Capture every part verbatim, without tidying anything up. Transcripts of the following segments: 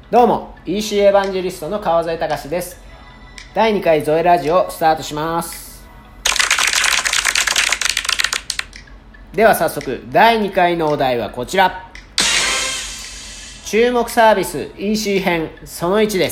どうも イーシー エヴァンジェリストの川添隆です。だいにかいゾエラジオスタートします。では早速だいにかいのお題はこちら、注目サービス イーシー 編そのいちです。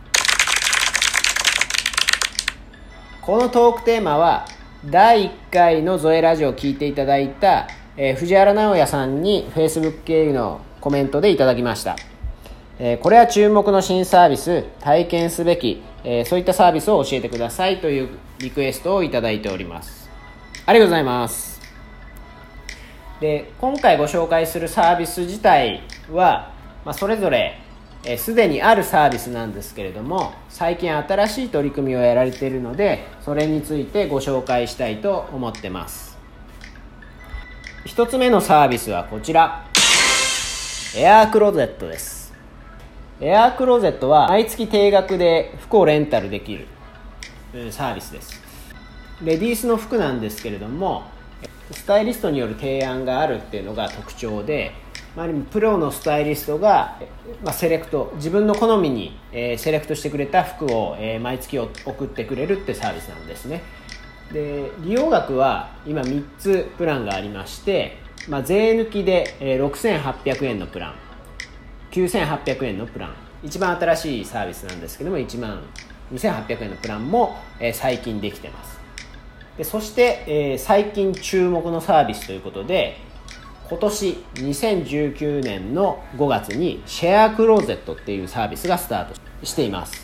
このトークテーマはだいいっかいのゾエラジオを聞いていただいた、えー、藤原直也さんに Facebook 経由のコメントでいただきました。えー、これは注目の新サービス、体験すべき、えー、そういったサービスを教えてくださいというリクエストをいただいております。ありがとうございます。で、今回ご紹介するサービス自体は、まあ、それぞれすで、えー、にあるサービスなんですけれども、最近新しい取り組みをやられているので、それについてご紹介したいと思ってます。一つ目のサービスはこちら、エアークローゼットです。エアークローゼットは毎月定額で服をレンタルできるサービスです。レディースの服なんですけれども、スタイリストによる提案があるっていうのが特徴で、プロのスタイリストがセレクト、自分の好みにセレクトしてくれた服を毎月送ってくれるってサービスなんですね。で、利用額は今みっつプランがありまして、まあ、税抜きでろくせんはっぴゃくえんのプラン、きゅうせんはっぴゃくえんのプラン、一番新しいサービスなんですけどもいちまんにせんはっぴゃくえんのプランも、えー、最近できてます。で、そして、えー、最近注目のサービスということで、今年にせんじゅうきゅうねんのごがつにシェアクローゼットっていうサービスがスタートしています。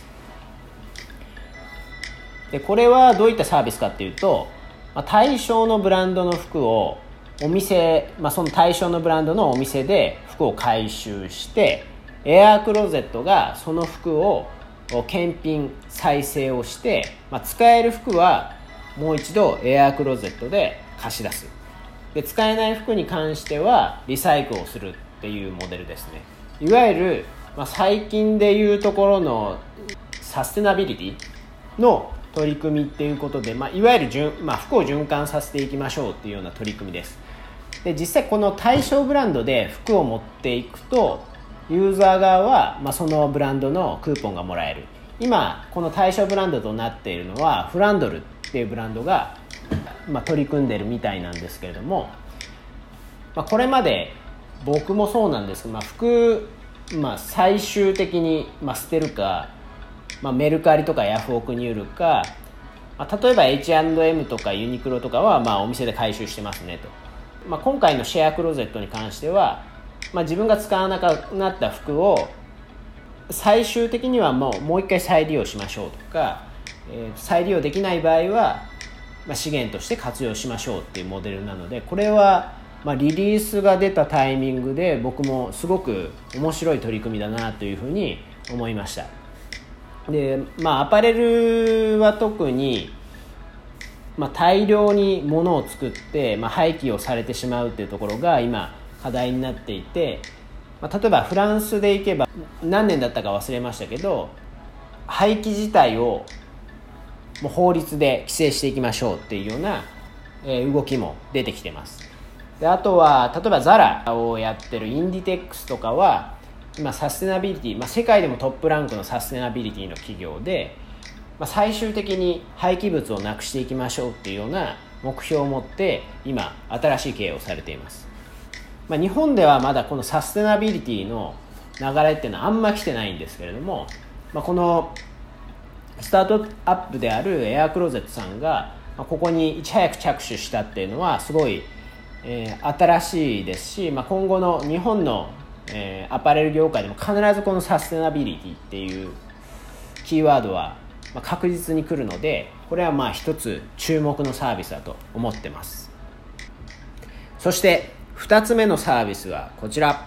で、これはどういったサービスかっていうと、まあ、対象のブランドの服をお店、まあ、その対象のブランドのお店で服を回収して、エアークローゼットがその服を検品再生をして、まあ、使える服はもう一度エアークローゼットで貸し出す。で、使えない服に関してはリサイクルをするっていうモデルですね。いわゆる、まあ、最近でいうところのサステナビリティの取り組みっていうことで、まあ、いわゆるじゅん、まあ、服を循環させていきましょうっていうような取り組みです。で、実際この対象ブランドで服を持っていくと、ユーザー側は、まあ、そのブランドのクーポンがもらえる。今この対象ブランドとなっているのはフランドルっていうブランドが、まあ、取り組んでるみたいなんですけれども、まあ、これまで僕もそうなんですけど、まあ、服、まあ、最終的に、まあ、捨てるか、まあ、メルカリとかヤフオクに売るか、まあ、例えば エイチアンドエム とかユニクロとかは、まあ、お店で回収してますねと。まあ、今回のシェアクローゼットに関しては、まあ、自分が使わなくなった服を最終的にはもう、もう一回再利用しましょうとか、えー、再利用できない場合は、まあ、資源として活用しましょうっていうモデルなので、これは、まあ、リリースが出たタイミングで僕もすごく面白い取り組みだなというふうに思いました。で、まあ、アパレルは特に、まあ、大量に物を作って、まあ、廃棄をされてしまうというところが今課題になっていて、まあ、例えばフランスでいけば何年だったか忘れましたけど、廃棄自体をもう法律で規制していきましょうっていうような、えー、動きも出てきてます。で、あとは例えばザラをやってるインディテックスとかは今サステナビリティ、まあ、世界でもトップランクのサステナビリティの企業で、まあ、最終的に廃棄物をなくしていきましょうっていうような目標を持って今新しい経営をされています。まあ、日本ではまだこのサステナビリティの流れっていうのはあんま来てないんですけれども、まあ、このスタートアップであるエアークローゼットさんがここにいち早く着手したっていうのはすごい、えー、新しいですし、まあ、今後の日本の、えー、アパレル業界でも必ずこのサステナビリティっていうキーワードはまあ確実に来るので、これはまあ一つ注目のサービスだと思ってます。そしてふたつめのサービスはこちら、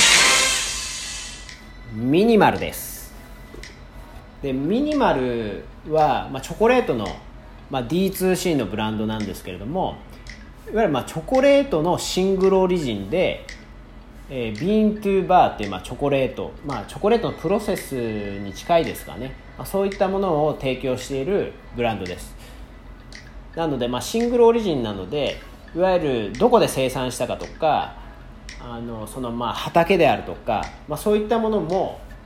ミニマルです。で、ミニマルは、まあ、チョコレートの、まあ、ディーツーシー のブランドなんですけれども、いわゆるまあチョコレートのシングルオリジンで、えー、ビーントゥーバーっていうまあチョコレート、まあ、チョコレートのプロセスに近いですかね、まあ、そういったものを提供しているブランドです。なので、まあ、シングルオリジンなので、いわゆるどこで生産したかとか、あのそのまあ畑であるとか、まあ、そういったものも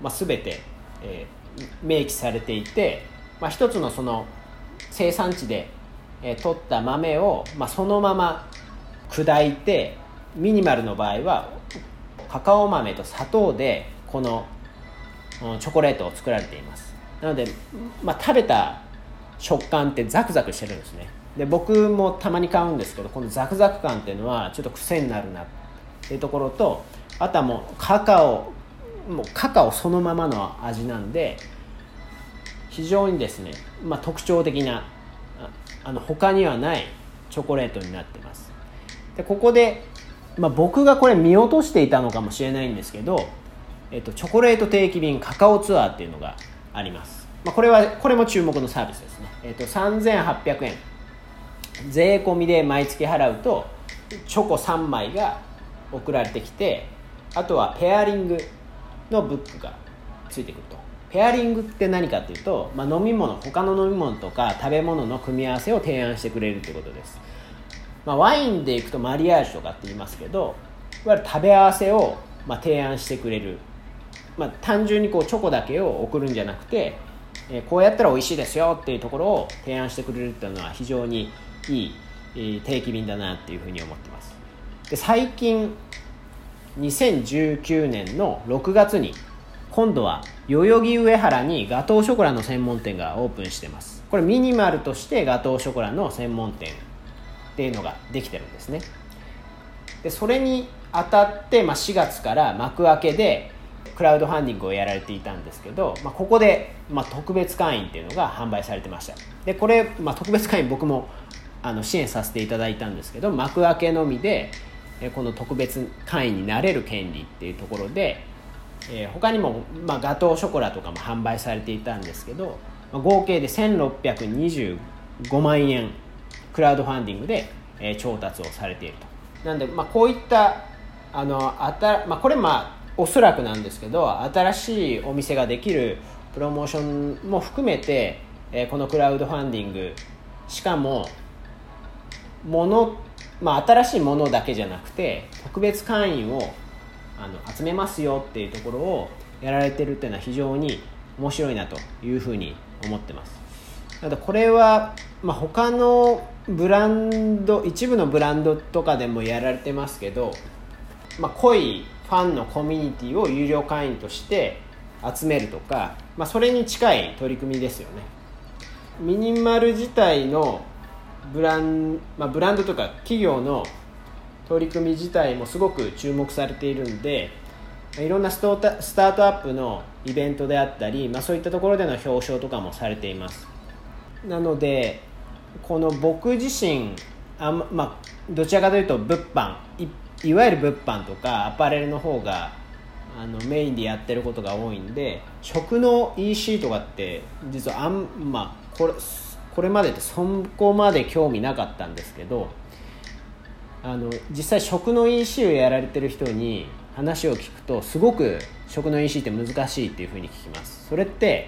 まあ、全て、えー、明記されていて、まあ、一つのその生産地で、えー、取った豆を、まあ、そのまま砕いて、ミニマルの場合はカカオ豆と砂糖でこのチョコレートを作られています。なので、まあ、食べた食感ってザクザクしてるんですね。で僕もたまに買うんですけど、このザクザク感っていうのはちょっと癖になるなっていうところと、あとはもうカカオもうカカオそのままの味なんで、非常にですね、まあ、特徴的なあの他にはないチョコレートになっています。でここで、まあ、僕がこれ見落としていたのかもしれないんですけど、えっと、チョコレート定期便カカオツアーっていうのがあります。まあ、これはこれも注目のサービスですね。えっと、さんぜんはっぴゃくえん税込みで毎月払うとチョコさんまいが送られてきて、あとはペアリングのブックがついてくると。ペアリングって何かっていうと、まあ、飲み物他の飲み物とか食べ物の組み合わせを提案してくれるということです。まあ、ワインでいくとマリアージュとかって言いますけど、いわゆる食べ合わせをまあ提案してくれる、まあ、単純にこうチョコだけを送るんじゃなくて、えー、こうやったら美味しいですよっていうところを提案してくれるっていうのは非常にいい、えー、定期便だなっていうふうに思ってます。で最近にせんじゅうきゅうねんのろくがつに今度は代々木上原にガトーショコラの専門店がオープンしてます。これミニマルとしてガトーショコラの専門店っていうのができてるんですね。でそれにあたって、まあ、しがつから幕開けでクラウドファンディングをやられていたんですけど、まあ、ここで、まあ、特別会員っていうのが販売されてました。でこれ、まあ、特別会員僕もあの支援させていただいたんですけど、幕開けのみでこの特別会員になれる権利っていうところで、えー、他にも、まあ、ガトーショコラとかも販売されていたんですけど、まあ、合計でせんろっぴゃくにじゅうごまんえんクラウドファンディングで、えー、調達をされていると。なんで、まあ、こういったあのあた、まあ、これまあおそらくなんですけど、新しいお店ができるプロモーションも含めて、えー、このクラウドファンディング、しかももの、まあ、新しいものだけじゃなくて特別会員をあの集めますよっていうところをやられてるっていうのは非常に面白いなというふうに思ってます。なのでこれは、まあ、他のブランド一部のブランドとかでもやられてますけど、まあ、濃いファンのコミュニティを有料会員として集めるとか、まあ、それに近い取り組みですよね。ミニマル自体のブラン、まあ、ブランドとか企業の取り組み自体もすごく注目されているんで、いろんなストータ、スタートアップのイベントであったり、まあ、そういったところでの表彰とかもされています。なのでこの僕自身あ、まあ、どちらかというと物販 い, いわゆる物販とかアパレルの方があのメインでやってることが多いんで、食の イーシー とかって実はあん、まあ、これこれまでってそこまで興味なかったんですけど、あの実際食の イーシー をやられてる人に話を聞くと、すごく食の イーシー って難しいっていうふうに聞きます。それって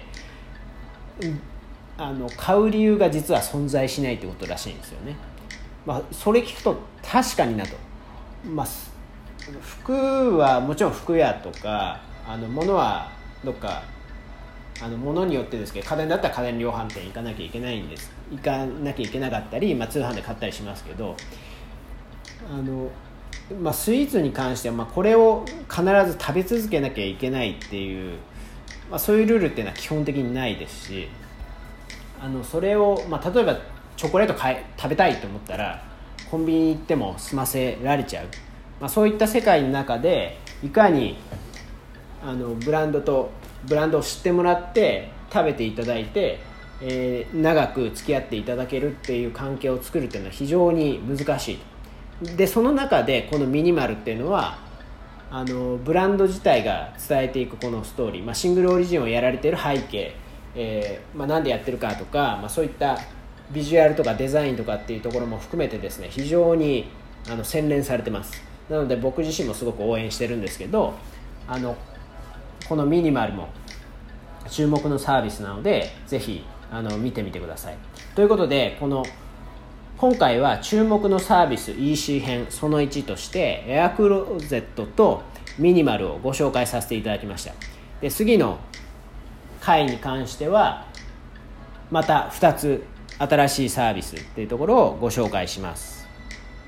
あの買う理由が実は存在しないってことらしいんですよね。まあ、それ聞くと確かになと、まあ、服はもちろん服屋とかあの物はどっかあの物によってですけど、家電だったら家電量販店行かなきゃいけないんです行かなきゃいけなかったり、まあ、通販で買ったりしますけど、あの、まあ、スイーツに関しては、まあ、これを必ず食べ続けなきゃいけないっていう、まあ、そういうルールっていうのは基本的にないですし、あのそれを、まあ、例えばチョコレート買い食べたいと思ったらコンビニ行っても済ませられちゃう、まあ、そういった世界の中でいかにあのブランドとブランドを知ってもらって食べていただいて、えー、長く付き合っていただけるっていう関係を作るっていうのは非常に難しい。でその中でこのミニマルっていうのはあのブランド自体が伝えていくこのストーリー、まあ、シングルオリジンをやられている背景、えーまあ、なんでやってるかとか、まあ、そういったビジュアルとかデザインとかっていうところも含めてですね、非常にあの洗練されてます。なので僕自身もすごく応援してるんですけど、あのこのミニマルも注目のサービスなのでぜひあの見てみてください。ということで、この今回は注目のサービス イーシー 編そのいちとしてエアクローゼットとミニマルをご紹介させていただきました。 で次の回に関してはまたふたつ新しいサービスっていうところをご紹介します。